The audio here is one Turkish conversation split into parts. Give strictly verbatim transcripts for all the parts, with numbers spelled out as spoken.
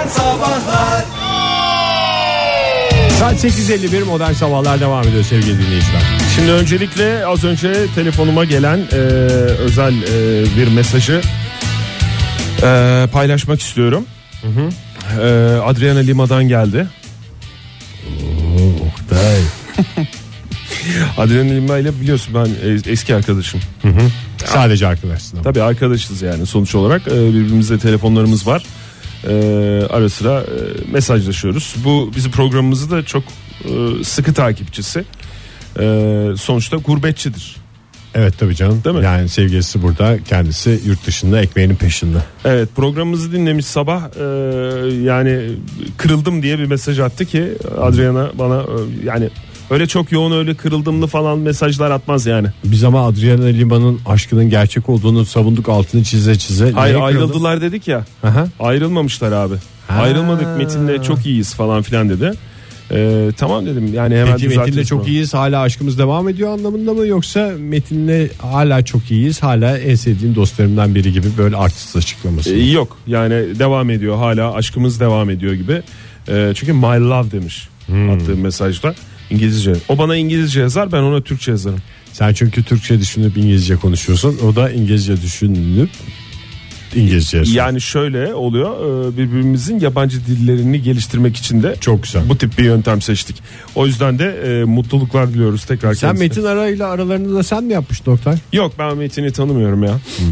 Sabahlar. Saat sekiz elli bir Modern Sabahlar devam ediyor sevgili dinleyiciler. Şimdi öncelikle az önce telefonuma gelen e, özel e, bir mesajı e, paylaşmak istiyorum. Hı hı. E, Adriana Lima'dan geldi. Oktay. Adriana Lima ile biliyorsun ben eski arkadaşım. Hı hı. Sadece arkadaşsın ama. Tabii arkadaşız yani sonuç olarak e, birbirimizle telefonlarımız var. E, ara sıra e, mesajlaşıyoruz. Bu bizim programımızı da çok e, sıkı takipçisi. E, sonuçta gurbetçidir. Evet tabii canım. Değil mi? Yani sevgilisi burada, kendisi yurt dışında ekmeğinin peşinde. Evet, programımızı dinlemiş sabah e, yani kırıldım diye bir mesaj attı ki Adriana bana e, yani öyle çok yoğun öyle kırıldımlı falan mesajlar atmaz yani. Biz ama Adriana Lima'nın aşkının gerçek olduğunu savunduk, altını çize çize. Hayır, ayrıldılar dedik ya. Aha. Ayrılmamışlar abi. Ha. Ayrılmadık, Metin'le çok iyiyiz falan filan dedi. Ee, tamam dedim yani hemen Peki Metin'le çok iyiyiz, hala aşkımız devam ediyor anlamında mı, yoksa Metin'le hala çok iyiyiz, hala en sevdiğim dostlarımdan biri gibi böyle artist açıklaması? Ee, yok yani devam ediyor, hala aşkımız devam ediyor gibi. Ee, çünkü my love demiş hmm. attığım mesajda İngilizce. O bana İngilizce yazar, ben ona Türkçe yazarım. Sen çünkü Türkçe düşünüp İngilizce konuşuyorsun, o da İngilizce düşünüp İngilizce yazıyor. Yani şöyle oluyor, birbirimizin yabancı dillerini geliştirmek için de çok güzel bu tip bir yöntem seçtik. O yüzden de e, mutluluklar diliyoruz tekrar. Sen kendisine. Metin Ara'yla aralarını da sen mi yapmıştın Oktay? Yok, ben Metin'i tanımıyorum ya. Hmm.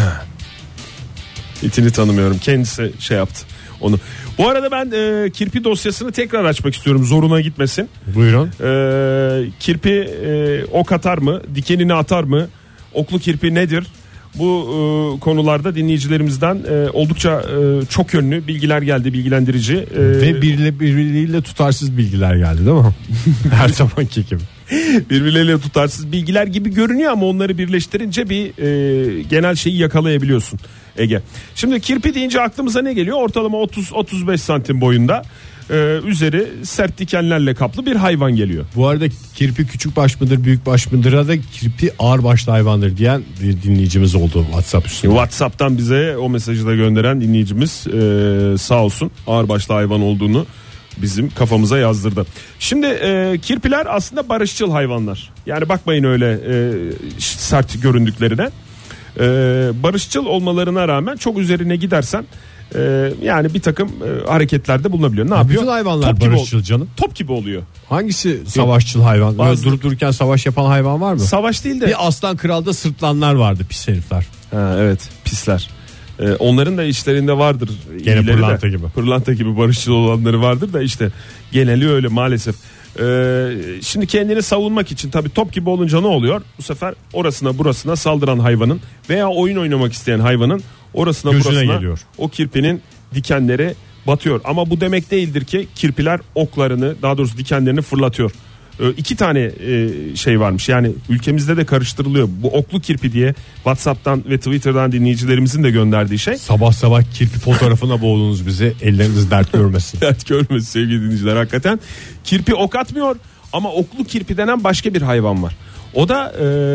Metin'i tanımıyorum, kendisi şey yaptı onu. Bu arada ben e, kirpi dosyasını tekrar açmak istiyorum, zoruna gitmesin. Buyurun. E, kirpi e, ok atar mı, dikenini atar mı, oklu kirpi nedir? Bu e, konularda dinleyicilerimizden e, oldukça e, çok yönlü bilgiler geldi, bilgilendirici. E, Ve birbiriyle, birbiriyle tutarsız bilgiler geldi değil mi? Her zamanki gibi. Birbirleriyle tutarsız bilgiler gibi görünüyor ama onları birleştirince bir e, genel şeyi yakalayabiliyorsun Ege. Şimdi kirpi deyince aklımıza ne geliyor? Ortalama otuz otuz beş santim boyunda. Ee, üzeri sert dikenlerle kaplı bir hayvan geliyor. Bu arada kirpi küçük baş mıdır, büyük baş mıdır, ya da kirpi ağır başlı hayvandır diyen bir dinleyicimiz oldu WhatsApp üstünde. WhatsApp'tan bize o mesajı da gönderen dinleyicimiz e, sağ olsun ağır başlı hayvan olduğunu bizim kafamıza yazdırdı. Şimdi e, kirpiler aslında barışçıl hayvanlar. Yani bakmayın öyle e, sert göründüklerine. E, barışçıl olmalarına rağmen çok üzerine gidersen Ee, yani bir takım e, hareketlerde bulunabiliyor. Ne ya yapıyor? Bütün hayvanlar top barışçıl gibi, canım. Top gibi oluyor. Hangisi savaşçıl hayvan? Bazı... Durup dururken savaş yapan hayvan var mı? Savaş değil de. Bir Aslan Kral'da sırtlanlar vardı, pis herifler. Ha, evet, pisler. Ee, onların da işlerinde vardır. Gene pırlanta gibi. Pırlanta gibi barışçıl olanları vardır da işte geneli öyle maalesef. Ee, şimdi kendini savunmak için tabii top gibi olunca ne oluyor? Bu sefer orasına burasına saldıran hayvanın veya oyun oynamak isteyen hayvanın orasına gözüne burasına geliyor. O kirpinin dikenleri batıyor. Ama bu demek değildir ki kirpiler oklarını, daha doğrusu dikenlerini fırlatıyor. Ee, iki tane e, şey varmış. Yani ülkemizde de karıştırılıyor. Bu oklu kirpi diye WhatsApp'tan ve Twitter'dan dinleyicilerimizin de gönderdiği şey. Sabah sabah kirpi fotoğrafına boğdunuz bizi. Elleriniz dert görmesin. Dert görmesin sevgili dinleyiciler, hakikaten. Kirpi ok atmıyor ama oklu kirpi denen başka bir hayvan var. O da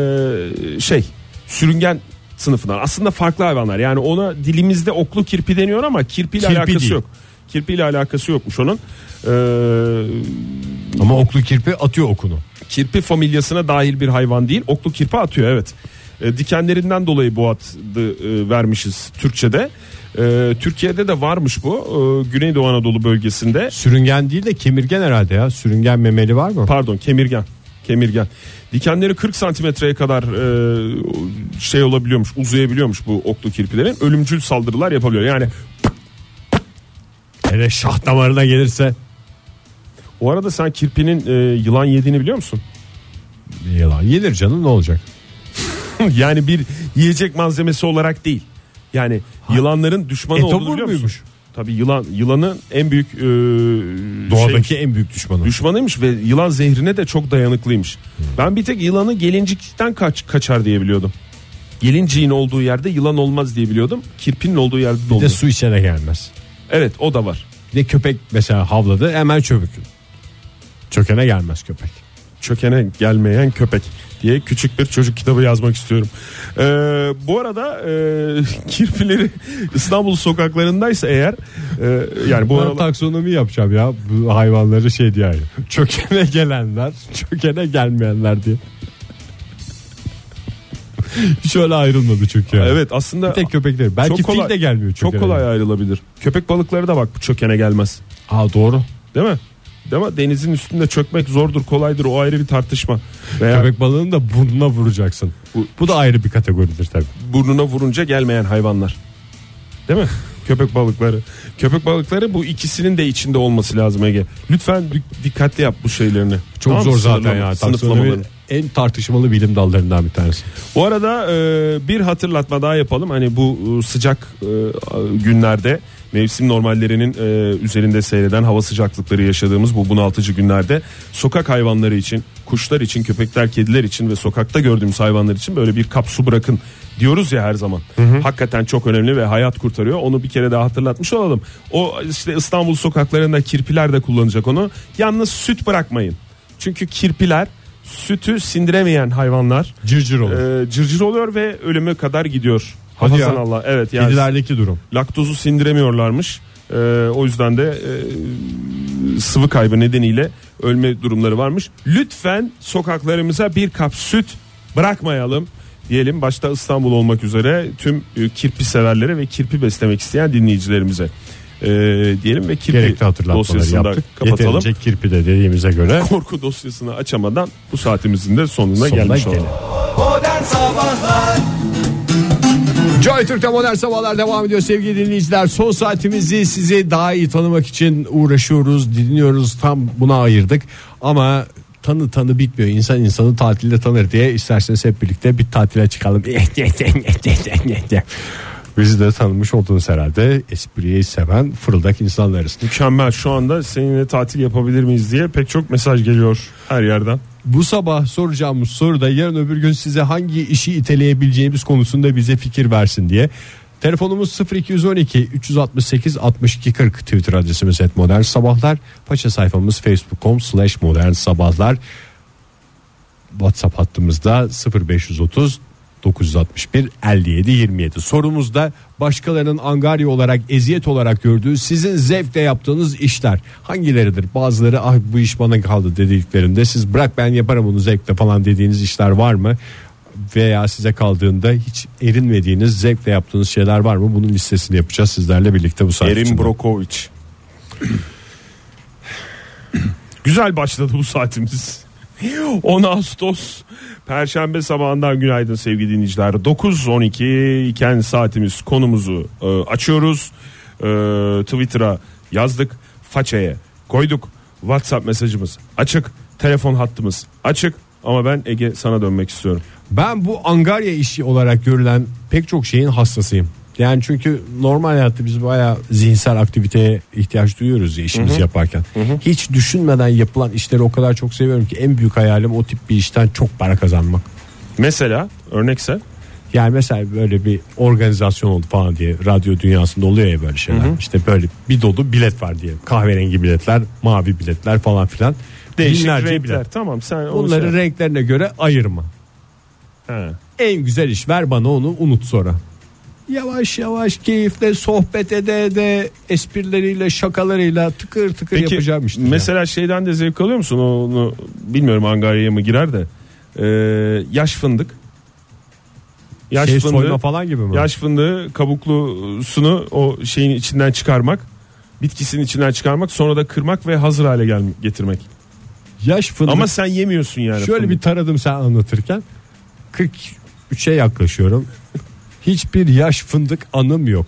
e, şey sürüngen sınıfından. Aslında farklı hayvanlar. Yani ona dilimizde oklu kirpi deniyor ama kirpiyle kirpi alakası değil. yok. Kirpiyle alakası yokmuş onun. Ee, ama oklu kirpi atıyor okunu. Kirpi familyasına dahil bir hayvan değil. Oklu kirpi atıyor, evet. E, dikenlerinden dolayı bu adı e, vermişiz Türkçe'de. E, Türkiye'de de varmış bu. E, Güneydoğu Anadolu bölgesinde. Sürüngen değil de kemirgen herhalde ya. Sürüngen memeli var mı? Pardon, kemirgen. Kemirgen. Dikenleri kırk santimetreye kadar e, şey olabiliyormuş, uzayabiliyormuş bu oklu kirpilerin. Ölümcül saldırılar yapabiliyor. Yani hele şah damarına gelirse. O arada sen kirpinin e, yılan yediğini biliyor musun? Yılan yenir canım, ne olacak? Yani bir yiyecek malzemesi olarak değil. Yani ha. yılanların düşmanı Etobur olduğunu biliyor musun? Muymuş? Tabii yılan yılanın en büyük e, doğadaki şey, en büyük düşmanı. Düşmanıymış ve yılan zehrine de çok dayanıklıymış. Hmm. Ben bir tek yılanı gelincikten kaç kaçar diye biliyordum. Gelinciğin olduğu yerde yılan olmaz diye biliyordum. Kirpinin olduğu yerde de olmaz. Bir de su içene gelmez. Evet, o da var. Bir de köpek mesela havladı hemen çökür. Çökene gelmez köpek. çökene gelmeyen köpek diye küçük bir çocuk kitabı yazmak istiyorum. Ee, bu arada e, kirpileri İstanbul sokaklarındaysa eğer e, yani bu ben aralar... taksonomi yapacağım ya bu hayvanları şey diye, çökene gelenler, çökene gelmeyenler diye. Şöyle ayrılmadı çünkü. Yani. Evet aslında bir tek köpekler. Belki fil de gelmiyor. Çok kolay yani. Ayrılabilir. Köpek balıkları da bak bu çökene gelmez. Ha doğru. Değil mi? Değil mi? Denizin üstünde çökmek zordur, kolaydır. O ayrı bir tartışma. Veya köpek balığını da burnuna vuracaksın. Bu, bu da ayrı bir kategoridir tabii. Burnuna vurunca gelmeyen hayvanlar. Değil mi? Köpek balıkları. Köpek balıkları bu ikisinin de içinde olması lazım Ege. Lütfen dikkatli yap bu şeylerini. Çok tamam, zor zaten ya. Taksonomi en tartışmalı bilim dallarından bir tanesi. Bu arada e, bir hatırlatma daha yapalım. Hani bu e, sıcak e, günlerde mevsim normallerinin e, üzerinde seyreden hava sıcaklıkları yaşadığımız bu bunaltıcı günlerde sokak hayvanları için, kuşlar için, köpekler, kediler için ve sokakta gördüğümüz hayvanlar için böyle bir kap su bırakın diyoruz ya her zaman. Hı hı. Hakikaten çok önemli ve hayat kurtarıyor. Onu bir kere daha hatırlatmış olalım. O işte İstanbul sokaklarında kirpiler de kullanacak onu. Yalnız süt bırakmayın. Çünkü kirpiler sütü sindiremeyen hayvanlar. Cırcır oluyor. E, cırcır oluyor ve ölüme kadar gidiyor. Hafazan Allah. Evet yani. Kedilerdeki durum. Laktozu sindiremiyorlarmış. Ee, o yüzden de e, sıvı kaybı nedeniyle ölme durumları varmış. Lütfen sokaklarımıza bir kap süt bırakmayalım diyelim. Başta İstanbul olmak üzere tüm e, kirpi severlere ve kirpi beslemek isteyen dinleyicilerimize e, diyelim ve kirpi dosyasını da kapatalım. Yeterince kirpi de dediğimize göre. Korku dosyasını açamadan bu saatimizin de sonuna, sonuna gelmiş olalım. Modern Sabahlar Joy Türk'te Modern Sabahlar devam ediyor sevgili dinleyiciler. Son saatimizi sizi daha iyi tanımak için uğraşıyoruz, dinliyoruz. Tam buna ayırdık ama tanı tanı bitmiyor. İnsan insanı tatilde tanır diye isterseniz hep birlikte bir tatile çıkalım. Bizi de tanımış oldunuz herhalde. Espriyi seven fırıldak insanlarız. Mükemmel, şu anda seninle tatil yapabilir miyiz diye pek çok mesaj geliyor her yerden. Bu sabah soracağımız soru da yarın öbür gün size hangi işi iteleyebileceğimiz konusunda bize fikir versin diye. Telefonumuz sıfır iki on iki üç altı sekiz altmış iki kırk, Twitter adresimiz et modern sabahlar, faça sayfamız facebook nokta com slash modern sabahlar, WhatsApp hattımızda sıfır beş otuz dokuz altmış bir elli yedi yirmi yedi. Sorumuzda başkalarının angarya olarak, eziyet olarak gördüğü, sizin zevkle yaptığınız işler hangileridir? Bazıları ah bu iş bana kaldı dediklerinde siz bırak ben yaparım bunu zevkle falan dediğiniz işler var mı? Veya size kaldığında hiç erinmediğiniz, zevkle yaptığınız şeyler var mı? Bunun listesini yapacağız sizlerle birlikte bu saat Erin içinde. Brokovich. Güzel başladı bu saatimiz. on Ağustos Perşembe sabahından günaydın sevgili dinleyiciler. dokuz on iki iken saatimiz, konumuzu e, açıyoruz. E, Twitter'a yazdık, façaya koyduk. WhatsApp mesajımız açık, telefon hattımız açık. Ama ben Ege sana dönmek istiyorum. Ben bu angarya işi olarak görülen pek çok şeyin hastasıyım. Yani çünkü normal hayatta biz bayağı zihinsel aktiviteye ihtiyaç duyuyoruz ya işimizi hı hı. yaparken. Hı hı. Hiç düşünmeden yapılan işleri o kadar çok seviyorum ki en büyük hayalim o tip bir işten çok para kazanmak. Mesela örnekse? Yani mesela böyle bir organizasyon oldu falan diye radyo dünyasında oluyor ya böyle şeyler. Hı hı. İşte böyle bir dolu bilet var diye. Kahverengi biletler, mavi biletler falan filan. Değişik renkler. Bilet. Tamam sen bunları şey... renklerine göre ayırma. He. En güzel iş, ver bana onu, unut sonra. Yavaş yavaş keyifle sohbet ede ede esprileriyle şakalarıyla tıkır tıkır Peki, yapacağım işte. Mesela yani. Şeyden de zevk alıyor musun? Onu bilmiyorum angaryaya mı girer de. Ee, yaş fındık. Yaş şey fındığı, soyma falan gibi mi? Yaş fındığı kabuklusunu o şeyin içinden çıkarmak, bitkisinin içinden çıkarmak, sonra da kırmak ve hazır hale gel- getirmek. Yaş fındık. Ama sen yemiyorsun yani. Şöyle fındık. bir taradım sen anlatırken. kırk üçe yaklaşıyorum. Hiçbir yaş fındık anım yok.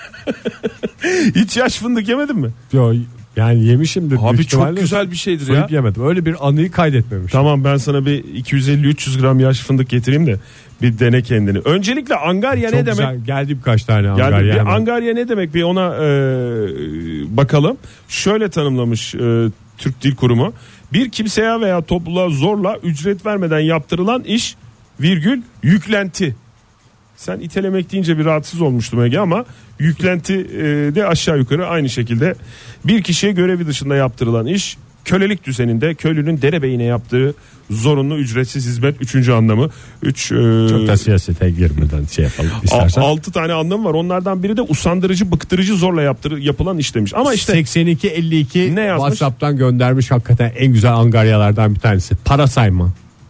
Hiç yaş fındık yemedin mi? Yok yani yemişimdir. Abi çok güzel bir şeydir ya. Yemedim. Öyle bir anıyı kaydetmemişim. Tamam ben sana bir iki yüz elli üç yüz gram yaş fındık getireyim de bir dene kendini. Öncelikle angarya çok ne güzel. demek? Geldi birkaç tane angarya. Geldi. Bir angarya ne demek bir ona e, bakalım. Şöyle tanımlamış e, Türk Dil Kurumu. Bir kimseye veya topluluğa zorla ücret vermeden yaptırılan iş virgül yüklenti. Sen itelemek deyince bir rahatsız olmuştum Ege ama yüklenti e, de aşağı yukarı aynı şekilde bir kişiye görevi dışında yaptırılan iş kölelik düzeninde köylünün derebeyine yaptığı zorunlu ücretsiz hizmet üçüncü anlamı. Üç, e, Çok da siyasete girmeden şey yapalım istersen. altı tane anlamı var. Onlardan biri de usandırıcı, bıktırıcı zorla yaptır, yapılan iş demiş. Ama işte seksen iki elli iki ne yazmış? WhatsApp'tan göndermiş, hakikaten en güzel angaryalardan bir tanesi. Para sayma.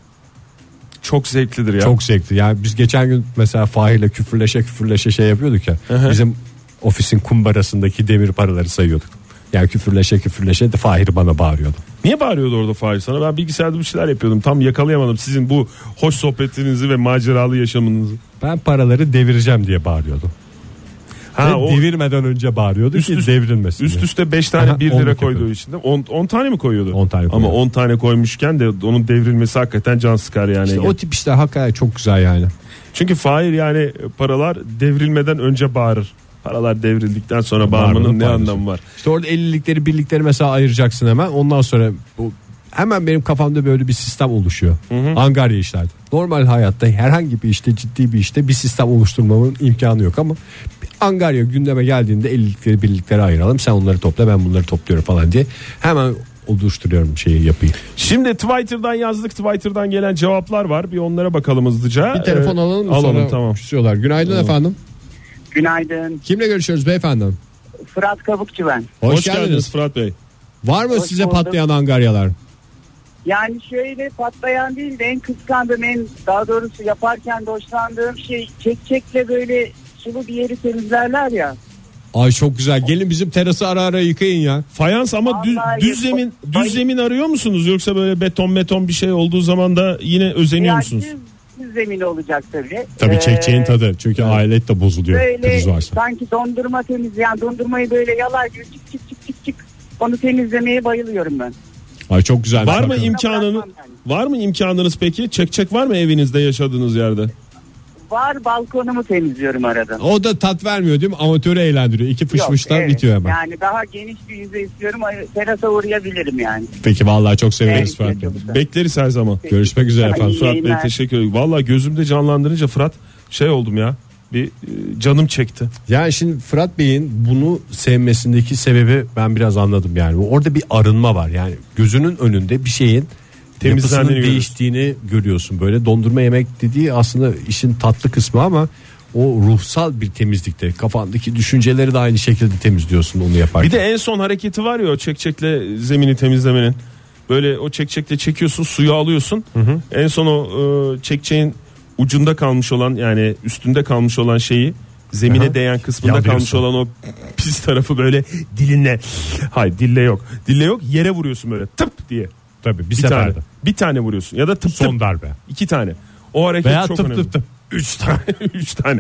Çok zevklidir ya. Çok zevkli. Yani biz geçen gün mesela Fahir'le küfürleşe küfürleşe şey yapıyorduk ya. Hı-hı. Bizim ofisin kumbarasındaki demir paraları sayıyorduk. Yani küfürleşe küfürleşe de Fahir bana bağırıyordu. Niye bağırıyordu orada Fahir sana? Ben bilgisayarda bir şeyler yapıyordum. Tam yakalayamadım sizin bu hoş sohbetinizi ve maceralı yaşamınızı. Ben paraları devireceğim diye bağırıyordum. Ha, Ve o devirmeden önce bağırıyordu üst ki üst, devrilmesin üst diye. üste beş tane Aha, bir lira onluk koyduğu yapıyordu. için de on tane mi koyuyordu? on tane Ama koyuyordu. on tane koymuşken de onun devrilmesi hakikaten can sıkar yani. İşte o tip işler hakikaten çok güzel yani. Çünkü Fahir yani paralar devrilmeden önce bağırır. Paralar devrildikten sonra bağırmanın Bağırmanın ne faydası. anlamı var? İşte orada ellilikleri birlikleri mesela ayıracaksın hemen. Ondan sonra bu, hemen benim kafamda böyle bir sistem oluşuyor. Hı hı. Angarya işlerde. Normal hayatta herhangi bir işte, ciddi bir işte bir sistem oluşturmamın imkanı yok ama Angarya gündeme geldiğinde ellilikleri birlikleri ayıralım. Sen onları topla, ben bunları topluyorum falan diye hemen oluşturuyorum şeyi, yapıyı. Şimdi Twitter'dan yazdık. Twitter'dan gelen cevaplar var. Bir onlara bakalım hızlıca. Bir telefon Ee, alalım mı? Alalım, Sonra tamam. küsüyorlar. Günaydın Tamam. efendim. Günaydın. Kimle görüşüyoruz beyefendi? Fırat Kabukçu ben. Hoş, Hoş geldiniz. geldiniz Fırat Bey. Var mı Hoş size bulduk. patlayan angaryalar? Yani şöyle patlayan değil de en kıskandığım, en daha doğrusu yaparken de hoşlandığım şey çekçekle böyle sulu bir yeri temizlerler ya. Ay çok güzel. Gelin bizim terası ara ara yıkayın ya. Fayans ama düz, Vallahi düz zemin düz Bay- zemin arıyor musunuz, yoksa böyle beton beton bir şey olduğu zaman da yine özeniyor Yani musunuz? düz, düz zemin olacak tabii. Tabii Ee, çekeceğin tadı. Çünkü alet de bozuluyor. Böyle Priz varsa. sanki dondurma temizleyen, dondurmayı böyle yalar gibi çık çık çık çık çık. Onu temizlemeye bayılıyorum ben. Ay çok güzel. Var mı Bakın. imkanını bırakmam yani. var mı imkanınız peki? Çekçek var mı evinizde, yaşadığınız yerde? Var, balkonumu temizliyorum arada. O da tat vermiyor değil mi? Amatörü eğlendiriyor. İki fışmışlar Yok, evet. bitiyor hemen. Yani daha geniş bir yüzey istiyorum. Terasa uğrayabilirim yani. Peki vallahi çok severiz Evet, Fırat. çok güzel. Bekleriz her zaman. Görüşmek üzere efendim. İyi Fırat Bey yayınlar. teşekkür ederim. Valla gözümde canlandırınca Fırat şey oldum ya. Bir e, canım çekti. Yani şimdi Fırat Bey'in bunu sevmesindeki sebebi ben biraz anladım yani. Orada bir arınma var. Yani gözünün önünde bir şeyin Temizlendiğini yapısının görüyorsun. değiştiğini görüyorsun. Böyle dondurma yemek dediği aslında işin tatlı kısmı ama o ruhsal bir temizlikte. Kafandaki düşünceleri de aynı şekilde temizliyorsun onu yaparken. Bir de en son hareketi var ya o çekçekle zemini temizlemenin. Böyle o çekçekle çekiyorsun, suyu alıyorsun. Hı hı. En son o e, çekçeğin ucunda kalmış olan, yani üstünde kalmış olan şeyi, zemine Aha. değen kısmında Yalıyorsun. kalmış olan o pis tarafı böyle dilinle, hayır dille yok. Dille yok, yere vuruyorsun böyle tıp diye. Tabii bir, Bir seferde. tane. Bir tane vuruyorsun ya da tıp Son tıp. darbe. İki tane. O hareket Veya çok tıp önemli. tıp tıp. Üç tane. Üç tane.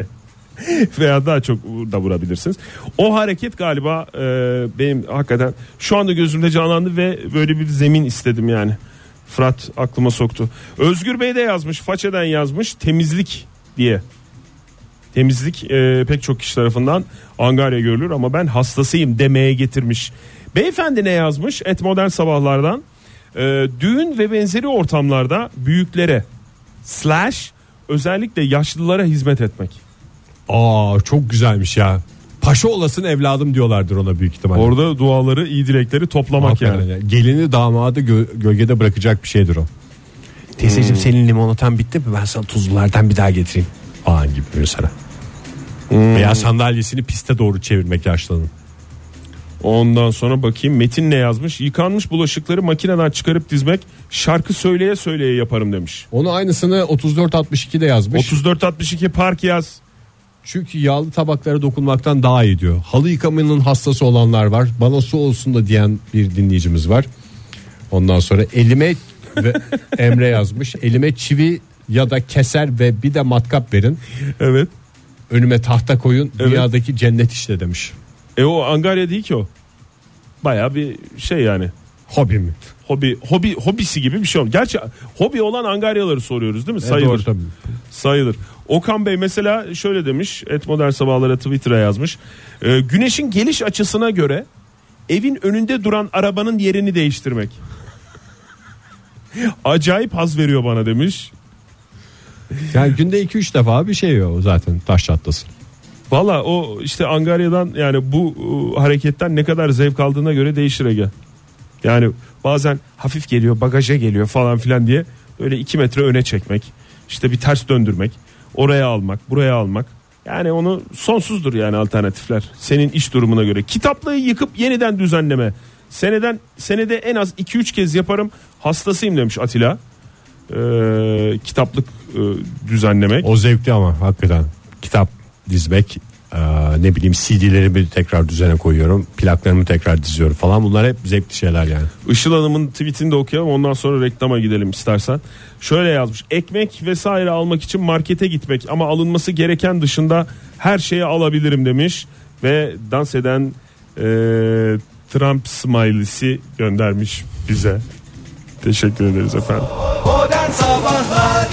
Veya daha çok da vurabilirsiniz. O hareket galiba e, benim hakikaten şu anda gözümde canlandı ve böyle bir zemin istedim yani. Fırat aklıma soktu. Özgür Bey de yazmış, façeden yazmış, temizlik diye. Temizlik e, pek çok kişi tarafından angarya görülür ama ben hastasıyım demeye getirmiş. Beyefendi ne yazmış? Et Modern Sabahlardan. E, düğün ve benzeri ortamlarda büyüklere slash özellikle yaşlılara hizmet etmek. Aa çok güzelmiş ya. Paşa olasın evladım diyorlardır ona büyük ihtimalle. Orada duaları, iyi dilekleri toplamak Hakikaten yani. ya. Gelini damadı gö- gölgede bırakacak bir şeydir o. Teyzeciğim Hmm. senin limonatan bitti mi? Ben sana tuzlulardan bir daha getireyim. Falan gibi mesela. Hmm. Veya sandalyesini piste doğru çevirmek yaşlanın. Ondan sonra bakayım Metin ne yazmış? Yıkanmış bulaşıkları makineden çıkarıp dizmek, şarkı söyleye söyleye yaparım demiş. Onu aynısını otuz dört altmış ikide yazmış. otuz dört altmış iki park yaz. Çünkü yağlı tabaklara dokunmaktan daha iyi diyor. Halı yıkamanın hastası olanlar var. Bana su olsun da diyen bir dinleyicimiz var. Ondan sonra elime ve Emre yazmış. Elime çivi ya da keser ve bir de matkap verin. Evet. Önüme tahta koyun. Evet. Dünyadaki cennet işte demiş. E o angarya değil ki o. Baya bir şey yani. Hobi mi? Hobi hobi hobisi gibi bir şey oldu. Gerçi hobi olan angaryaları soruyoruz değil mi? E, Sayılır. doğru tabii. Sayılır. Okan Bey mesela şöyle demiş. Et Modern Sabahlara Twitter'a yazmış. E, güneşin geliş açısına göre evin önünde duran arabanın yerini değiştirmek. Acayip haz veriyor bana demiş. Yani günde iki üç defa bir şey yok zaten taş çatlasın. Valla o işte angaryadan, yani bu e, hareketten ne kadar zevk aldığına göre değişir Ege. Yani bazen hafif geliyor, bagaja geliyor falan filan diye böyle iki metre öne çekmek, işte bir ters döndürmek, oraya almak, buraya almak. Yani onu sonsuzdur yani alternatifler. Senin iş durumuna göre. Kitaplığı yıkıp yeniden düzenleme. Seneden senede en az iki üç kez yaparım. Hastasıyım demiş Atilla. Ee, kitaplık e, düzenlemek. O zevkli ama hakikaten. Kitap dizmek, e, ne bileyim C D'lerimi tekrar düzene koyuyorum, plaklarımı tekrar diziyorum falan, bunlar hep zevkli şeyler yani. Işıl Hanım'ın tweetini de okuyalım, ondan sonra reklama gidelim istersen. Şöyle yazmış: ekmek vesaire almak için markete gitmek ama alınması gereken dışında her şeyi alabilirim demiş ve dans eden e, Trump smiley'si göndermiş bize. Teşekkür ederiz efendim. Modern Sabahlar.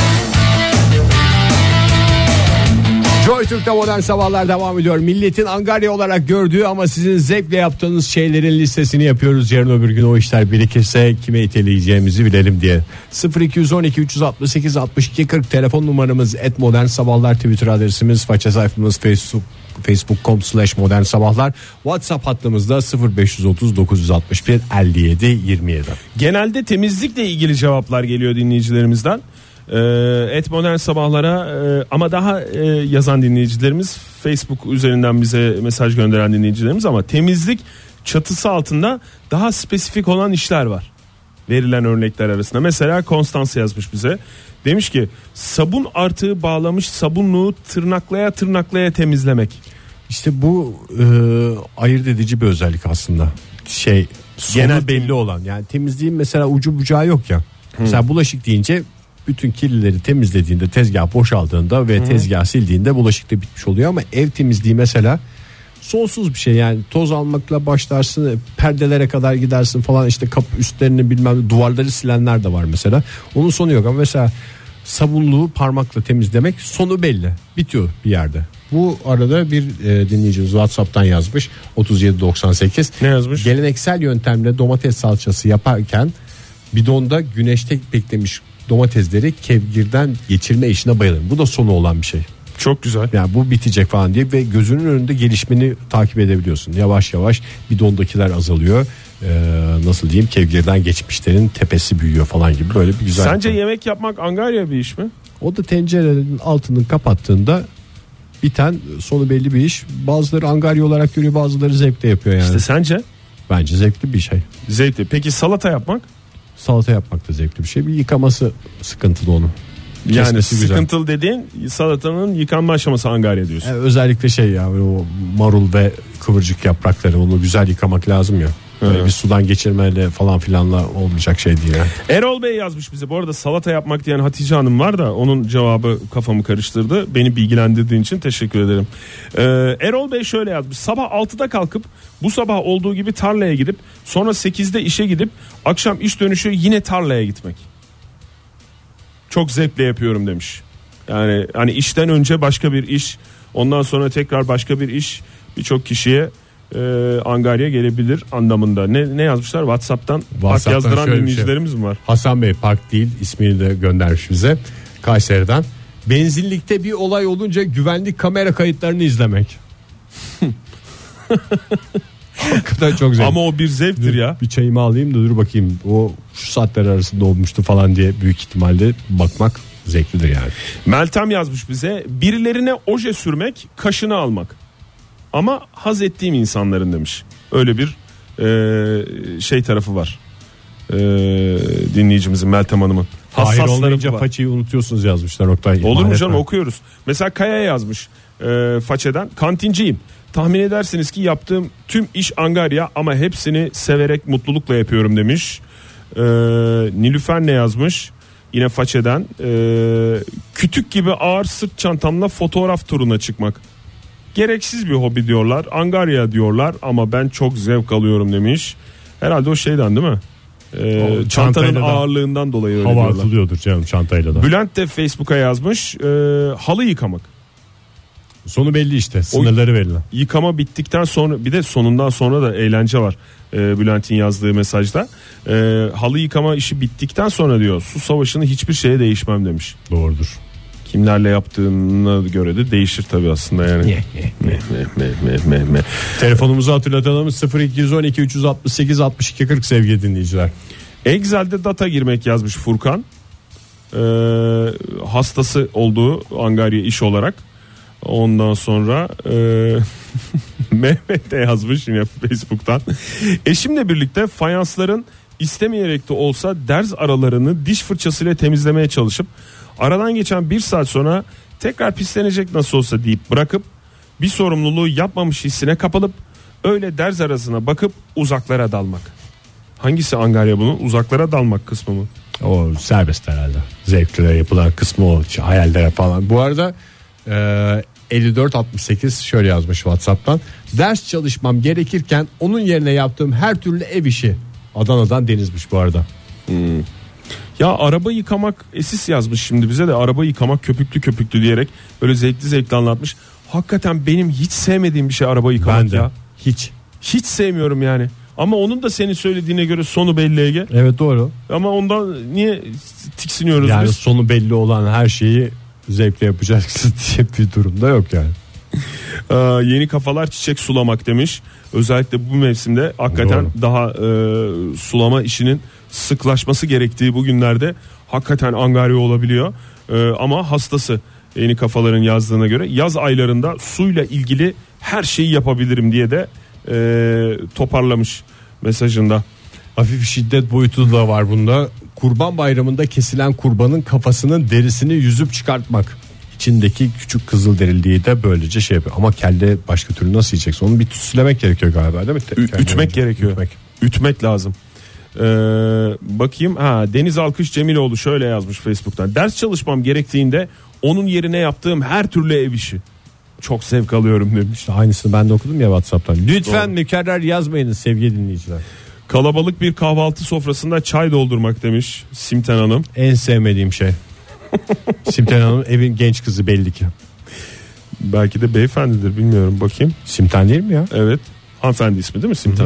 Joy Türk'te Modern Sabahlar devam ediyor. Milletin angarya olarak gördüğü ama sizin zevkle yaptığınız şeylerin listesini yapıyoruz. Yarın öbür gün o işler birikirse kime iteleyeceğimizi bilelim diye. sıfır iki on iki üç altı sekiz altmış iki kırk telefon numaramız, et modern sabahlar Twitter adresimiz, faça sayfamız Facebook facebook nokta com slash modern sabahlar. WhatsApp hattımızda sıfır beş otuz dokuz altmış bir elli yedi yirmi yedi. Genelde temizlikle ilgili cevaplar geliyor dinleyicilerimizden. Ee, et modern sabahlara e, ama daha e, yazan dinleyicilerimiz, Facebook üzerinden bize mesaj gönderen dinleyicilerimiz, ama temizlik çatısı altında daha spesifik olan işler var verilen örnekler arasında. Mesela Konstans yazmış bize, demiş ki sabun artığı bağlamış sabunluğu tırnaklaya tırnaklaya temizlemek. İşte bu e, ayırt edici bir özellik aslında. Şey, sonu Genel belli olan, yani temizliğin mesela ucu bucağı yok ya. Hı. Mesela bulaşık deyince bütün kirlileri temizlediğinde, tezgah boşaldığında ve Hı. tezgah sildiğinde bulaşık da bitmiş oluyor, ama ev temizliği mesela sonsuz bir şey. Yani toz almakla başlarsın, perdelere kadar gidersin falan, işte kapı üstlerini bilmem, duvarları silenler de var mesela. Onun sonu yok, ama mesela sabunluğu parmakla temizlemek sonu belli, bitiyor bir yerde. Bu arada bir e, dinleyicimiz WhatsApp'tan yazmış, otuz yedi doksan sekiz. Ne yazmış? Geleneksel yöntemle domates salçası yaparken bidonda güneşte beklemiş domatesleri kevgirden geçirme işine bayılırım. Bu da sonu olan bir şey. Çok güzel. Yani bu bitecek falan diye ve gözünün önünde gelişmeni takip edebiliyorsun. Yavaş yavaş bidondakiler azalıyor. Ee, nasıl diyeyim, kevgirden geçmişlerin tepesi büyüyor falan gibi, böyle bir güzel. Sence yemek yapmak angarya bir iş mi? O da tencerenin altını kapattığında biten, sonu belli bir iş. Bazıları angarya olarak görüyor, bazıları zevkle yapıyor yani. İşte sence? Bence zevkli bir şey. Zevkli. Peki salata yapmak? Salata yapmak da zevkli bir şey. Bir yıkaması sıkıntılı onun. Yani Kesmesi sıkıntılı güzel. dediğin salatanın yıkanma aşaması angarya diyorsun. Yani özellikle şey ya, o marul ve kıvırcık yaprakları, onu güzel yıkamak lazım ya. Böyle Evet. bir sudan geçirmeyle falan filanla olmayacak şey değil yani. Erol Bey yazmış bize. Bu arada salata yapmak diyen Hatice Hanım var da onun cevabı kafamı karıştırdı. Beni bilgilendirdiğin için teşekkür ederim. Ee, Erol Bey şöyle yazmış. Sabah altıda kalkıp bu sabah olduğu gibi tarlaya gidip sonra sekizde işe gidip akşam iş dönüşü yine tarlaya gitmek. Çok zevkle yapıyorum demiş. Yani hani işten önce başka bir iş, ondan sonra tekrar başka bir iş, birçok kişiye e, angarya gelebilir anlamında. Ne ne yazmışlar WhatsApp'tan? WhatsApp'tan Park yazdıran şöyle bir dinleyicilerimiz mi var? Hasan Bey, Park değil, ismini de göndermiş bize, Kayseri'den. Benzinlikte bir olay olunca güvenlik kamera kayıtlarını izlemek. Hakikaten çok zevkli. Ama o bir zevktir ya. Bir çayımı alayım da dur bakayım o şu saatler arasında olmuştu falan diye büyük ihtimalle bakmak zevklidir yani. Meltem yazmış bize, birilerine oje sürmek, kaşını almak. Ama haz ettiğim insanların demiş. Öyle bir e, şey tarafı var. E, dinleyicimizin, Meltem Hanım'ın. Hayır Hassas olmayınca tarafı var. façayı unutuyorsunuz yazmışlar Oktay. Olur mu İhanet canım, var. okuyoruz. Mesela Kaya yazmış e, façeden, kantinciyim. Tahmin edersiniz ki yaptığım tüm iş angarya ama hepsini severek mutlulukla yapıyorum demiş. E, Nilüfer ne yazmış? Yine façeden, e, kütük gibi ağır sırt çantamla fotoğraf turuna çıkmak. Gereksiz bir hobi diyorlar, angarya diyorlar ama ben çok zevk alıyorum demiş. Herhalde o şeyden değil mi? Ee, O çantanın çantayla da ağırlığından dolayı öyle hava diyorlar. atılıyordur canım çantayla da. Bülent de Facebook'a yazmış, e, halı yıkamak. Sonu belli işte, sınırları belli. Yıkama bittikten sonra, bir de sonundan sonra da eğlence var. E, Bülent'in yazdığı mesajda. E, halı yıkama işi bittikten sonra diyor, su savaşını hiçbir şeye değişmem demiş. Doğrudur. Kimlerle yaptığına göre de değişir tabii aslında yani. Ye, ye, me, me, me, me, me. Telefonumuzu hatırlatalım, sıfır iki on iki üç altı sekiz altmış iki kırk sevgili dinleyiciler. Excel'de data girmek yazmış Furkan. Ee, hastası olduğu Angarya iş olarak. Ondan sonra e, Mehmet de yazmış yine Facebook'tan. Eşimle birlikte fayansların istemeyerek de olsa derz aralarını diş fırçasıyla temizlemeye çalışıp aradan geçen bir saat sonra tekrar pislenecek nasıl olsa deyip bırakıp bir sorumluluğu yapmamış hissine kapılıp öyle derz arasına bakıp uzaklara dalmak. Hangisi Angarya bunun? Uzaklara dalmak kısmı mı? O serbest herhalde. Zevklere yapılan kısmı o, hayallere falan. Bu arada e, elli dört altmış sekiz şöyle yazmış WhatsApp'tan. Ders çalışmam gerekirken onun yerine yaptığım her türlü ev işi. Adana'dan Deniz'miş bu arada. Hmm. Ya araba yıkamak esis yazmış şimdi bize de, araba yıkamak köpüklü köpüklü diyerek böyle zevkli zevkli anlatmış. Hakikaten benim hiç sevmediğim bir şey araba yıkamak Ben de. ya. Hiç. Hiç sevmiyorum yani. Ama onun da senin söylediğine göre sonu belli Ege. Evet doğru. Ama ondan niye tiksiniyoruz Yani biz? sonu belli olan her şeyi zevkle yapacaksın diye bir durumda yok yani. Ee, yeni kafalar çiçek sulamak demiş. Özellikle bu mevsimde hakikaten Doğru. daha e, sulama işinin sıklaşması gerektiği bu günlerde hakikaten angarya olabiliyor. E, ama hastası yeni kafaların yazdığına göre yaz aylarında suyla ilgili her şeyi yapabilirim diye de e, toparlamış mesajında. Hafif şiddet boyutu da var bunda. Kurban bayramında kesilen kurbanın kafasının derisini yüzüp çıkartmak. İçindeki küçük kızıl deriliği de böylece şey yapıyor. Ama kelle başka türlü nasıl yiyeceksin? Onu bir tütsülemek gerekiyor galiba değil mi? Ü- ütmek önce. gerekiyor. Ütmek. Ütmek lazım. Ee, bakayım. Ha, Deniz Alkış Cemiloğlu şöyle yazmış Facebook'tan. Ders çalışmam gerektiğinde onun yerine yaptığım her türlü ev işi. Çok zevk alıyorum demiş. İşte aynısını ben de okudum ya WhatsApp'tan. Lütfen Doğru. mükerrer yazmayınız sevgili dinleyiciler. Kalabalık bir kahvaltı sofrasında çay doldurmak demiş Simten Hanım. En sevmediğim şey. Simten Hanım evin genç kızı belli ki. Belki de beyefendidir, bilmiyorum, bakayım. Simten değil mi ya? Evet, hanımefendi ismi değil mi Simten?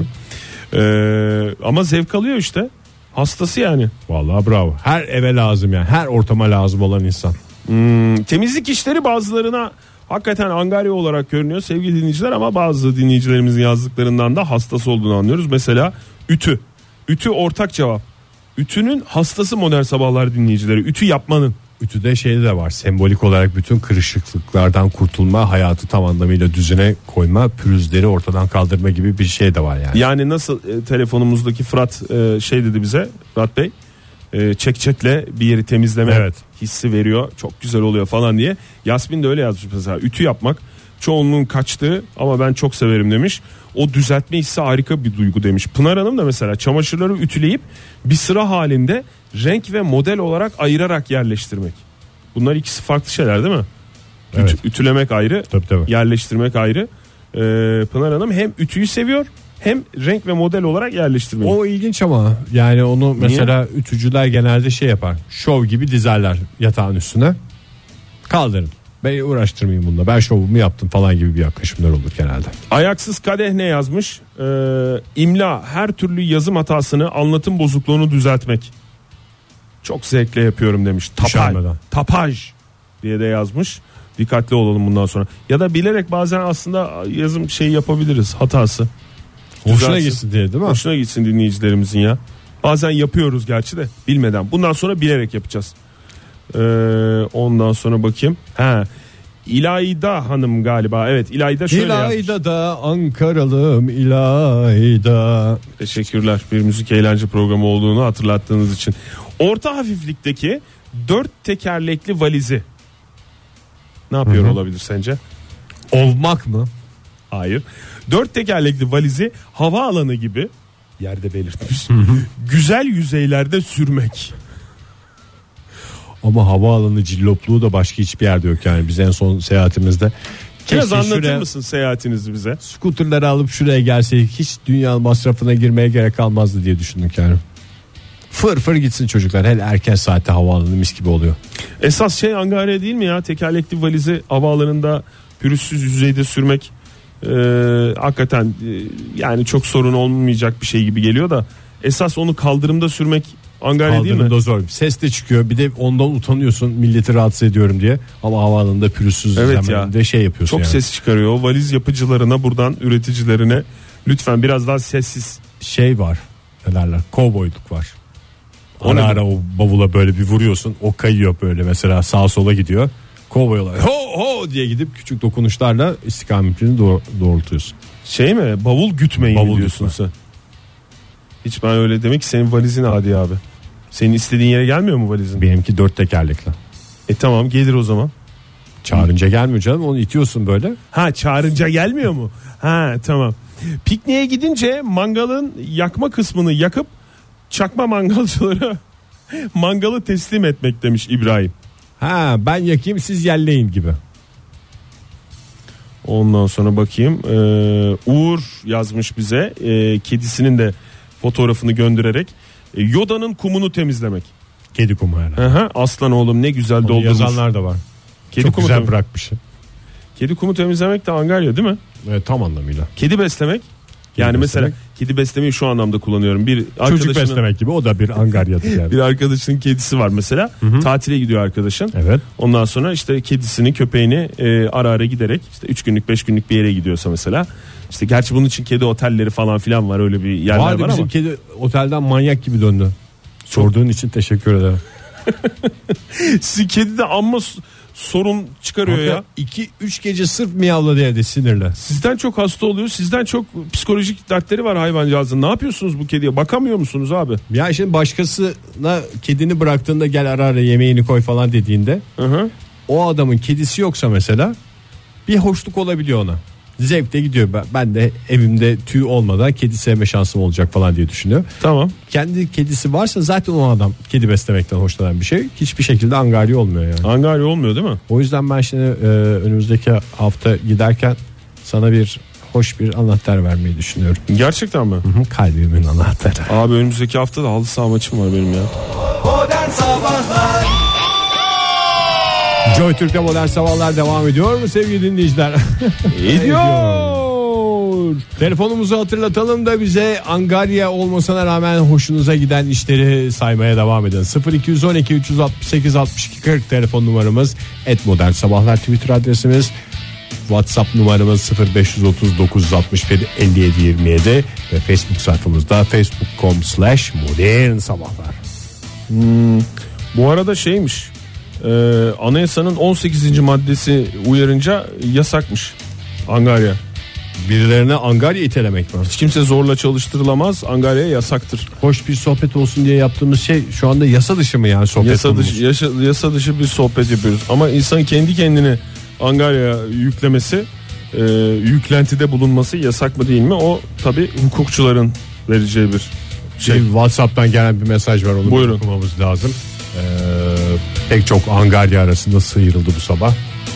Ee, ama zevk alıyor işte. Hastası yani. Vallahi bravo. Her eve lazım yani. Her ortama lazım olan insan. Hmm, temizlik işleri bazılarına hakikaten angarya olarak görünüyor sevgili dinleyiciler, ama bazı dinleyicilerimizin yazdıklarından da hastası olduğunu anlıyoruz. Mesela ütü. Ütü ortak cevap. Ütünün hastası modern sabahlar dinleyicileri. Ütü yapmanın. Ütüde şey de var, sembolik olarak bütün kırışıklıklardan kurtulma, hayatı tam anlamıyla düzene koyma, pürüzleri ortadan kaldırma gibi bir şey de var yani. Yani nasıl e, telefonumuzdaki Fırat e, şey dedi bize, Fırat Bey e, çek çekle bir yeri temizleme Evet. hissi veriyor, çok güzel oluyor falan diye. Yasmin de öyle yazmış mesela, ütü yapmak çoğunluğun kaçtığı ama ben çok severim demiş. O düzeltme hissi harika bir duygu demiş. Pınar Hanım da mesela çamaşırları ütüleyip bir sıra halinde renk ve model olarak ayırarak yerleştirmek. Bunlar ikisi farklı şeyler değil mi? Evet. Ütü, ütülemek ayrı, Tabii, tabii. yerleştirmek ayrı. Ee, Pınar Hanım hem ütüyü seviyor hem renk ve model olarak yerleştirmeyi. O ilginç ama yani onu mesela ütücüler genelde şey yapar, şov gibi dizerler yatağın üstüne, kaldırın, beni uğraştırmayın bununla, ben şovumu yaptım falan gibi bir yaklaşımlar olur genelde. Ayaksız kadeh ne yazmış? Ee, imla, her türlü yazım hatasını, anlatım bozukluğunu düzeltmek. Çok zevkle yapıyorum demiş. Tapaj, Üşenmeden. tapaj diye de yazmış. Dikkatli olalım bundan sonra. Ya da bilerek bazen aslında yazım şeyi yapabiliriz, hatası. Hoşuna Düzelsin. gitsin diye değil mi? Hoşuna gitsin dinleyicilerimizin ya. Bazen yapıyoruz gerçi de bilmeden. Bundan sonra bilerek yapacağız. Ee, ondan sonra bakayım. Ha, İlayda Hanım galiba. Evet, İlayda şöyle yazmış. İlayda da Ankaralım İlayda. Teşekkürler bir müzik eğlence programı olduğunu hatırlattığınız için. Orta hafiflikteki dört tekerlekli valizi ne yapıyor Hı hı. olabilir sence? Ovmak mı? Hayır. Dört tekerlekli valizi havaalanı gibi, yerde belirtmiş, güzel yüzeylerde sürmek. Ama havaalanı cillopluğu da başka hiçbir yerde yok yani. Biz en son seyahatimizde Biraz keşke anlatır şuraya mısın seyahatinizi bize? skuterleri alıp şuraya gelseydik hiç dünya masrafına girmeye gerek kalmazdı diye düşündük yani. Fır fır gitsin çocuklar, hele erken saatte havaalanı mis gibi oluyor. Esas şey angarya değil mi ya? Tekerlekli valizi havaalanında pürüzsüz yüzeyde sürmek e, hakikaten e, yani çok sorun olmayacak bir şey gibi geliyor da esas onu kaldırımda sürmek Angarya değil mi? Kaldırımda zor. Ses de çıkıyor. Bir de ondan utanıyorsun milleti rahatsız ediyorum diye. Ama havaalanında pürüzsüz Evet zamanında ya. şey yapıyorsun. Çok yani. ses çıkarıyor. O valiz yapıcılarına buradan üreticilerine lütfen biraz daha sessiz. Şey var. Ne derler? Kovboyluk var. O Ara ne ara o bavula böyle bir vuruyorsun. O kayıyor böyle mesela sağa sola gidiyor. Kovboylar ho ho diye gidip küçük dokunuşlarla istikametini doğ- doğrultuyorsun. Şey mi? Bavul gütmeyin Bavul diyorsun gütme. sen. Hiç ben öyle demek ki senin valizin adi abi. Senin istediğin yere gelmiyor mu valizin? Benimki dört tekerlekli. E tamam gelir o zaman. Çağırınca gelmiyor canım, onu itiyorsun böyle. Ha çağırınca gelmiyor mu? Ha tamam. Pikniğe gidince mangalın yakma kısmını yakıp çakma mangalcılara mangalı teslim etmek demiş İbrahim. Ha ben yakayım siz yerleyin gibi. Ondan sonra bakayım. Ee, Uğur yazmış bize. Ee, kedisinin de fotoğrafını göndererek. Ee, Yoda'nın kumunu temizlemek. Kedi kumu herhalde. Aha, aslan oğlum ne güzel Onu doldurmuş. yazanlar da var. Kedi Çok kumu güzel tem- bırakmış. Kedi kumu temizlemek de angarya değil mi? Evet, tam anlamıyla. Kedi beslemek. Yani beslemek. mesela kedi beslemeyi şu anlamda kullanıyorum. Bir Çocuk arkadaşının, beslemek gibi, o da bir angaryadır yani. bir arkadaşının kedisi var mesela. Tatile gidiyor arkadaşın. Evet. Ondan sonra işte kedisini, köpeğini e, ara ara giderek işte üç günlük beş günlük bir yere gidiyorsa mesela. İşte gerçi bunun için kedi otelleri falan filan var, öyle bir yerler Vardı var bizim ama. kedi otelden manyak gibi döndü. Sorduğun için teşekkür ederim. Sizin kedi de amma s- sorun çıkarıyor ya. iki üç gece sırf miyavladı evde sinirle. Sizden çok hasta oluyor. Sizden çok psikolojik dertleri var hayvancağızın. Ne yapıyorsunuz bu kediye? Bakamıyor musunuz abi? Ya şimdi başkasına kedini bıraktığında gel ara ara yemeğini koy falan dediğinde, Hı hı. o adamın kedisi yoksa mesela bir hoşluk olabiliyor ona. Zevk de gidiyor. Ben, ben de evimde tüy olmadan kedi sevme şansım olacak falan diye düşünüyor. Tamam. Kendi kedisi varsa zaten o adam kedi beslemekten hoşlanan bir şey. Hiçbir şekilde angarya olmuyor yani. Angarya olmuyor değil mi? O yüzden ben şimdi e, önümüzdeki hafta giderken sana bir hoş bir anahtar vermeyi düşünüyorum. Gerçekten mi? Hı hı, kalbimin anahtarı. Abi önümüzdeki hafta da halı saha maçım var benim ya. Modern Sabahlar Joy Türk'te Modern Sabahlar devam ediyor mu sevgili dinleyiciler? Ediyor. Telefonumuzu hatırlatalım da bize angarya olmasına rağmen hoşunuza giden işleri saymaya devam edin. sıfır iki on iki üç altı sekiz altmış iki kırk telefon numaramız. et modern sabahlar Twitter adresimiz. WhatsApp numaramız sıfır beş otuz dokuz altmış bir elli yedi yirmi yedi ve Facebook sayfamızda facebook nokta com slash modern sabahlar. Hmm, bu arada şeymiş, e, anayasanın on sekizinci maddesi uyarınca yasakmış angarya. Birilerine angarya itelemek mi? Hiç kimse zorla çalıştırılamaz, angarya yasaktır. Hoş bir sohbet olsun diye yaptığımız şey şu anda yasa dışı mı yani sohbet Yasa konumuz? dışı, yasa, yasa dışı bir sohbet yapıyoruz. Ama insan kendi kendine angarya yüklemesi, e, yüklentide bulunması yasak mı değil mi? O tabii hukukçuların vereceği bir Şey, şey. WhatsApp'tan gelen bir mesaj var, onu Buyurun. bir okumamız lazım. Ee, pek çok angarya arasında sıyrıldı bu sabah.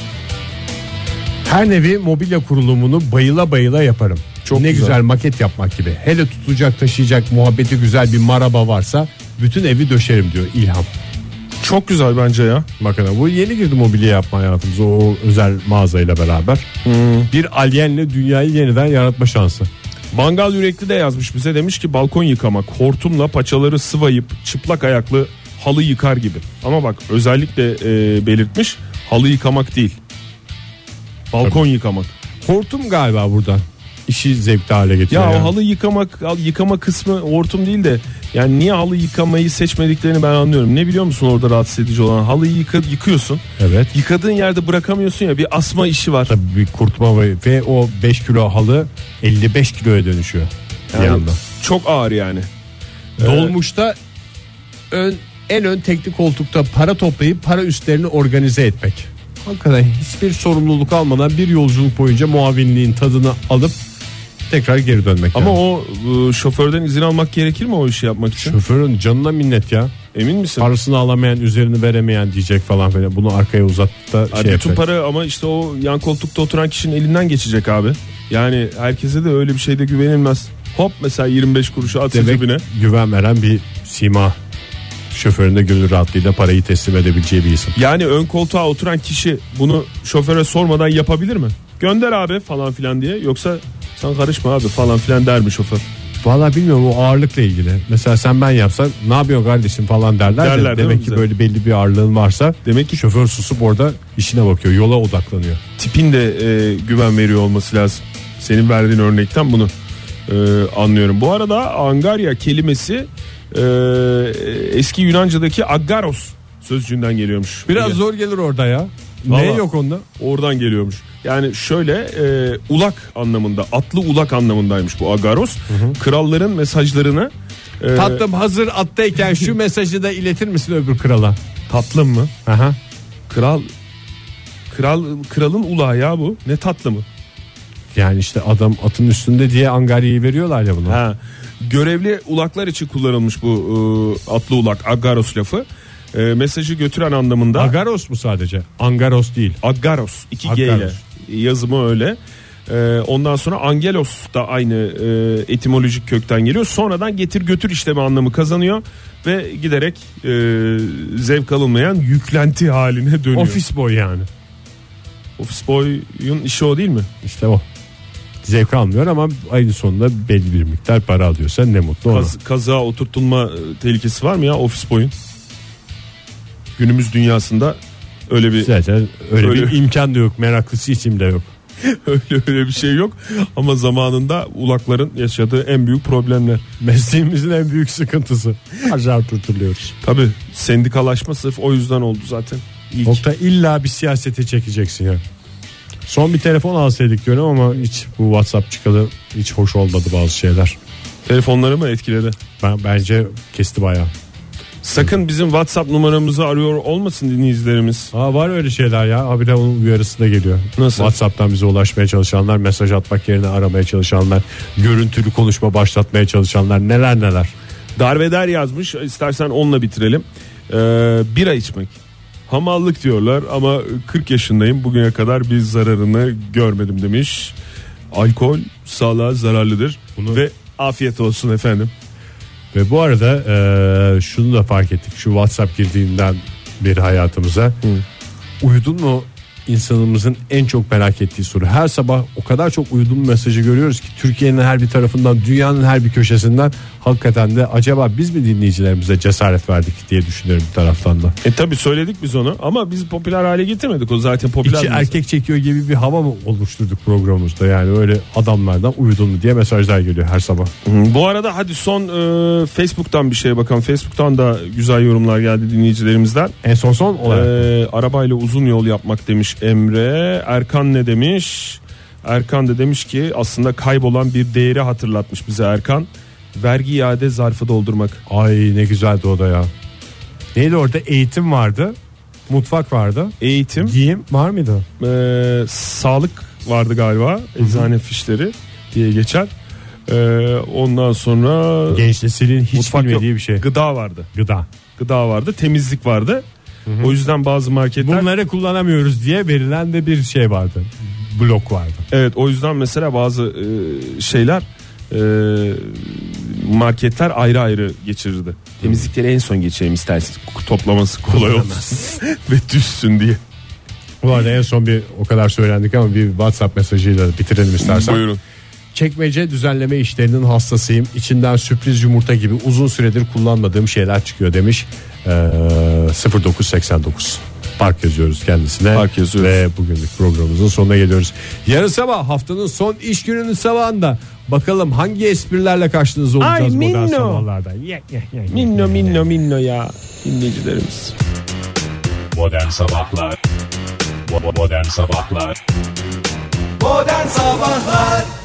Her nevi mobilya kurulumunu bayıla bayıla yaparım. Çok ne güzel. güzel. maket yapmak gibi. Hele tutacak taşıyacak muhabbeti güzel bir maraba varsa bütün evi döşerim diyor İlham. Çok güzel bence ya. Bakın bu yeni girdi mobilya yapma hayatımıza, o özel mağazayla beraber. Bir alyenle dünyayı yeniden yaratma şansı. Mangal Yürekli de yazmış bize, demiş ki balkon yıkamak, hortumla paçaları sıvayıp çıplak ayaklı halı yıkar gibi. Ama bak özellikle e, belirtmiş, halı yıkamak değil, balkon yıkamak. Hortum galiba burada işi zevkli hale getiriyor. Ya yani. o halı yıkamak, al- yıkama kısmı hortum değil de, yani niye halı yıkamayı seçmediklerini ben anlıyorum. Ne biliyor musun orada rahatsız edici olan? Halıyı yıka, yıkıyorsun. Evet. Yıkadığın yerde bırakamıyorsun ya, bir asma işi var. Tabii bir kurtma ve, ve o beş kilo halı elli beş kiloya dönüşüyor bir Yani anda. çok ağır yani. Dolmuşta ön, en ön teknik koltukta para toplayıp para üstlerini organize etmek. Hakikaten hiçbir sorumluluk almadan bir yolculuk boyunca muavinliğin tadını alıp tekrar geri dönmek. Ama yani. o e, şoförden izin almak gerekir mi o işi yapmak için? Şoförün canına minnet ya. Emin misin? Parasını alamayan, üzerini veremeyen diyecek falan filan. Bunu arkaya uzattı da Abi şey bütün yapacak. para ama işte o yan koltukta oturan kişinin elinden geçecek abi. Yani herkese de öyle bir şeyde güvenilmez. Hop mesela yirmi beş kuruşu at Demek cebine. güven veren bir sima. Şoförün de gönül rahatlığıyla parayı teslim edebileceği bir isim. Yani ön koltuğa oturan kişi bunu şoföre sormadan yapabilir mi? Gönder abi falan filan diye, yoksa sen karışma abi falan filan der mi şoför? Vallahi bilmiyorum, o ağırlıkla ilgili. Mesela sen ben yapsan ne yapıyorsun kardeşim falan derler. Derler, de, değil mi demek ki bize? böyle belli bir ağırlığın varsa demek ki şoför susup orada işine bakıyor, yola odaklanıyor. Tipin de e, güven veriyor olması lazım. Senin verdiğin örnekten bunu e, anlıyorum. Bu arada angarya kelimesi e, eski Yunanca'daki agaros sözcüğünden geliyormuş. Biraz Ege. zor gelir orada ya. Vallahi. Ne yok onda? Oradan geliyormuş. Yani şöyle e, ulak anlamında, atlı ulak anlamındaymış bu agaros. Hı hı. Kralların mesajlarını e, Tatlım hazır attayken şu mesajı da iletir misin öbür krala? tatlım mı? Aha. Kral kral kralın ulağı ya bu. Ne tatlı mı? Yani işte adam atın üstünde diye angaryayı veriyorlar ya buna. Ha. Görevli ulaklar için kullanılmış bu e, atlı ulak agaros lafı. E, mesajı götüren anlamında. Agaros mu sadece? Angaros değil. Agaros iki G ile Agaros. yazımı öyle. Ee, ondan sonra angelos da aynı e, etimolojik kökten geliyor. Sonradan getir götür işlemi anlamı kazanıyor ve giderek e, zevk alınmayan yüklenti haline dönüyor. Office boy yani. Office boy'un işi o değil mi? İşte o. Zevk almıyor ama ayın sonunda belli bir miktar para alıyorsa ne mutlu ona. Kaz, kazığa oturtulma e, tehlikesi var mı ya office boy'un? Günümüz dünyasında öyle bir Zaten öyle, öyle bir imkan da yok, meraklısı için de yok. öyle öyle bir şey yok ama zamanında ulakların yaşadığı en büyük problemler. Mesleğimizin en büyük sıkıntısı. Acar tutuluyoruz. Tabii sendikalaşma sırf o yüzden oldu zaten. İlk. Nokta illa bir siyasete çekeceksin ya. Son bir telefon alsaydık diyorum ama hiç bu WhatsApp çıkalı hiç hoş olmadı bazı şeyler. Telefonları mı etkiledi? Ben bence kesti bayağı. Sakın bizim WhatsApp numaramızı arıyor olmasın dinleyicilerimiz. Aa, var öyle şeyler ya. Habire onun uyarısı da geliyor. Nasıl? WhatsApp'tan bize ulaşmaya çalışanlar, mesaj atmak yerine aramaya çalışanlar, görüntülü konuşma başlatmaya çalışanlar, neler neler. Darveder yazmış, istersen onunla bitirelim. Ee, bira içmek. Hamallık diyorlar ama kırk yaşındayım, bugüne kadar bir zararını görmedim demiş. Alkol sağlığa zararlıdır. Bunu... Ve afiyet olsun efendim. Ve bu arada e, şunu da fark ettik. Şu WhatsApp girdiğinden beri hayatımıza. Hı. Uyudun mu? İnsanımızın en çok merak ettiği soru. Her sabah o kadar çok uyudun mu mesajı görüyoruz ki Türkiye'nin her bir tarafından, dünyanın her bir köşesinden. Hakikaten de acaba biz mi dinleyicilerimize cesaret verdik diye düşünüyorum bir taraftan da. E tabi söyledik biz onu ama biz popüler hale getirmedik, o zaten popüler. İki erkek çekiyor gibi bir hava mı oluşturduk programımızda, yani öyle adamlardan uyudun mu diye mesajlar geliyor her sabah. Hı, bu arada hadi son e, Facebook'tan bir şeye bakalım. Facebook'tan da güzel yorumlar geldi dinleyicilerimizden. En son son olarak. E, arabayla uzun yol yapmak demiş Emre. Erkan ne demiş? Erkan da demiş ki aslında kaybolan bir değeri hatırlatmış bize Erkan. Vergi iade zarfı doldurmak. Ay ne güzeldi o da ya. Neydi orada? Eğitim vardı. Mutfak vardı. Eğitim. Giyim var mıydı? E, sağlık vardı galiba. Eczane Hı-hı. fişleri diye geçer. E, ondan sonra genç neslin hiç mutfak bilmediği yok. bir şey. Gıda vardı. Gıda. Gıda vardı. Temizlik vardı. Hı-hı. O yüzden bazı marketler bunları kullanamıyoruz diye verilen de bir şey vardı. Blok vardı. Evet, o yüzden mesela bazı e, şeyler e, marketler ayrı ayrı geçirirdi. Temizlikleri en son geçelim isterseniz. Toplaması kolay olsun ve düşsün diye. Bu arada en son bir o kadar söylendik ama bir WhatsApp mesajıyla bitirelim istersen. Buyurun. Çekmece düzenleme işlerinin hastasıyım. İçinden sürpriz yumurta gibi uzun süredir kullanmadığım şeyler çıkıyor demiş. Ee, sıfır dokuz seksen dokuz. Park yazıyoruz kendisine. Park yazıyoruz. Ve bugünlük programımızın sonuna geliyoruz. Yarın sabah haftanın son iş gününün sabahında bakalım hangi esprilerle karşınızda olacağız Ay, modern minno. sabahlarda. Ye, ye, ye, ye, Minno ye. minno minno ya dinleyicilerimiz. Modern Sabahlar Modern Sabahlar Modern Sabahlar